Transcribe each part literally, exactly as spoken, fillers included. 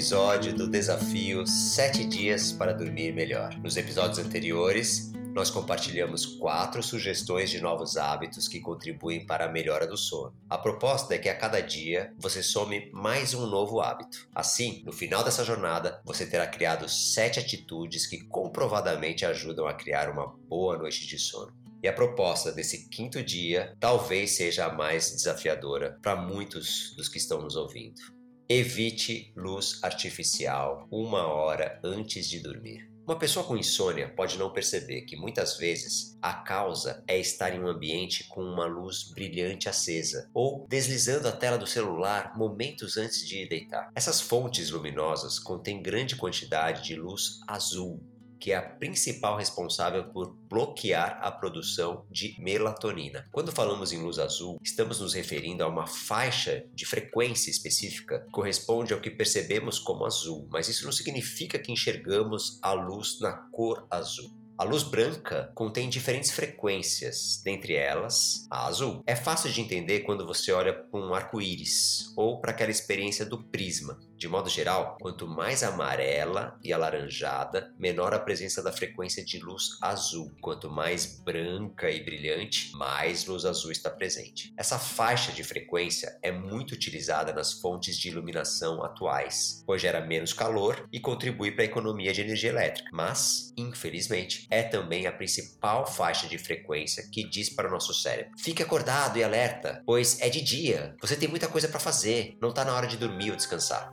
episódio do desafio sete dias para dormir melhor. Nos episódios anteriores, nós compartilhamos quatro sugestões de novos hábitos que contribuem para a melhora do sono. A proposta é que a cada dia você some mais um novo hábito. Assim, no final dessa jornada, você terá criado sete atitudes que comprovadamente ajudam a criar uma boa noite de sono. E a proposta desse quinto dia talvez seja a mais desafiadora para muitos dos que estão nos ouvindo. Evite luz artificial uma hora antes de dormir. Uma pessoa com insônia pode não perceber que muitas vezes a causa é estar em um ambiente com uma luz brilhante acesa ou deslizando a tela do celular momentos antes de ir deitar. Essas fontes luminosas contêm grande quantidade de luz azul, que é a principal responsável por bloquear a produção de melatonina. Quando falamos em luz azul, estamos nos referindo a uma faixa de frequência específica que corresponde ao que percebemos como azul, mas isso não significa que enxergamos a luz na cor azul. A luz branca contém diferentes frequências, dentre elas a azul. É fácil de entender quando você olha para um arco-íris ou para aquela experiência do prisma. De modo geral, quanto mais amarela e alaranjada, menor a presença da frequência de luz azul. Quanto mais branca e brilhante, mais luz azul está presente. Essa faixa de frequência é muito utilizada nas fontes de iluminação atuais, pois gera menos calor e contribui para a economia de energia elétrica. Mas, infelizmente, é também a principal faixa de frequência que diz para o nosso cérebro: fique acordado e alerta, pois é de dia, você tem muita coisa para fazer, não está na hora de dormir ou descansar.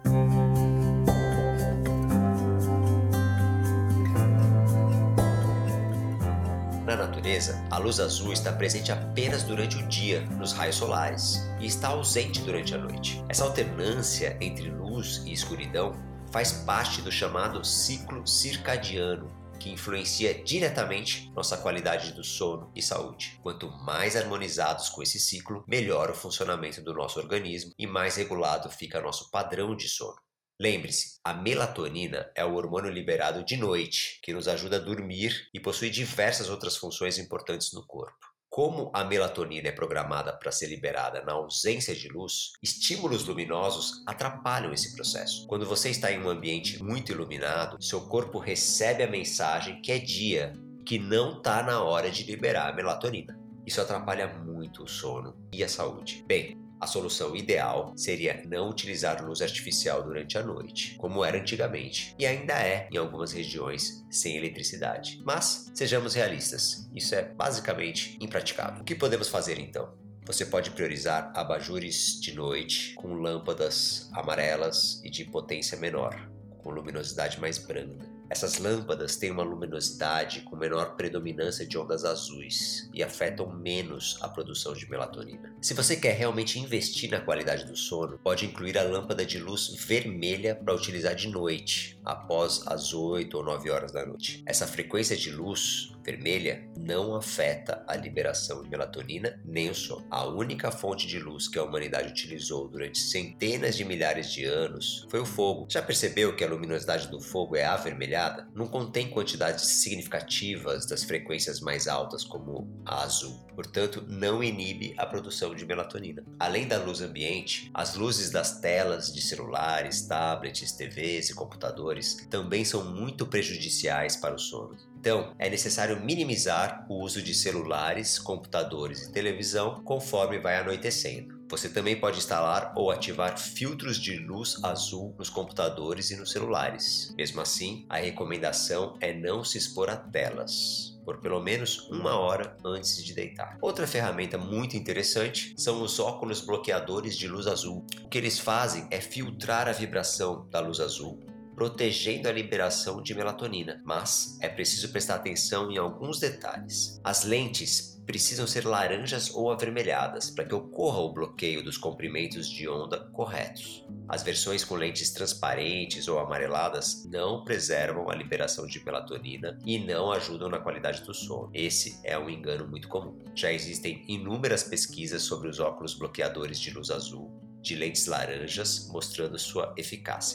Na natureza, a luz azul está presente apenas durante o dia, nos raios solares, e está ausente durante a noite. Essa alternância entre luz e escuridão faz parte do chamado ciclo circadiano, que influencia diretamente nossa qualidade do sono e saúde. Quanto mais harmonizados com esse ciclo, melhor o funcionamento do nosso organismo e mais regulado fica nosso padrão de sono. Lembre-se, a melatonina é o hormônio liberado de noite, que nos ajuda a dormir e possui diversas outras funções importantes no corpo. Como a melatonina é programada para ser liberada na ausência de luz, estímulos luminosos atrapalham esse processo. Quando você está em um ambiente muito iluminado, seu corpo recebe a mensagem que é dia, que não está na hora de liberar a melatonina. Isso atrapalha muito o sono e a saúde. Bem, a solução ideal seria não utilizar luz artificial durante a noite, como era antigamente, e ainda é em algumas regiões sem eletricidade. Mas, sejamos realistas, isso é basicamente impraticável. O que podemos fazer então? Você pode priorizar abajures de noite com lâmpadas amarelas e de potência menor, com luminosidade mais branda. Essas lâmpadas têm uma luminosidade com menor predominância de ondas azuis e afetam menos a produção de melatonina. Se você quer realmente investir na qualidade do sono, pode incluir a lâmpada de luz vermelha para utilizar de noite, após as oito ou nove horas da noite. Essa frequência de luz vermelha não afeta a liberação de melatonina nem o sono. A única fonte de luz que a humanidade utilizou durante centenas de milhares de anos foi o fogo. Já percebeu que a luminosidade do fogo é avermelhada? Não contém quantidades significativas das frequências mais altas, como a azul. Portanto, não inibe a produção de melatonina. Além da luz ambiente, as luzes das telas de celulares, tablets, T Vs e computadores também são muito prejudiciais para o sono. Então, é necessário minimizar o uso de celulares, computadores e televisão conforme vai anoitecendo. Você também pode instalar ou ativar filtros de luz azul nos computadores e nos celulares. Mesmo assim, a recomendação é não se expor a telas por pelo menos uma hora antes de deitar. Outra ferramenta muito interessante são os óculos bloqueadores de luz azul. O que eles fazem é filtrar a vibração da luz azul, protegendo a liberação de melatonina, mas é preciso prestar atenção em alguns detalhes. As lentes precisam ser laranjas ou avermelhadas para que ocorra o bloqueio dos comprimentos de onda corretos. As versões com lentes transparentes ou amareladas não preservam a liberação de melatonina e não ajudam na qualidade do sono. Esse é um engano muito comum. Já existem inúmeras pesquisas sobre os óculos bloqueadores de luz azul, de lentes laranjas, mostrando sua eficácia.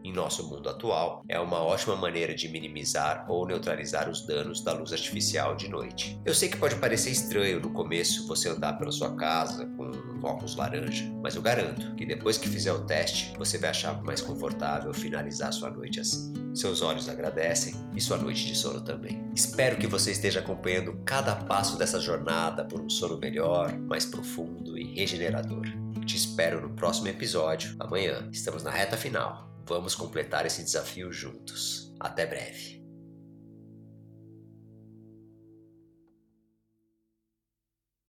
em nosso mundo atual, é uma ótima maneira de minimizar ou neutralizar os danos da luz artificial de noite. Eu sei que pode parecer estranho no começo você andar pela sua casa com um óculos laranja, mas eu garanto que depois que fizer o teste, você vai achar mais confortável finalizar sua noite assim. Seus olhos agradecem e sua noite de sono também. Espero que você esteja acompanhando cada passo dessa jornada por um sono melhor, mais profundo e regenerador. Te espero no próximo episódio. Amanhã estamos na reta final. Vamos completar esse desafio juntos. Até breve.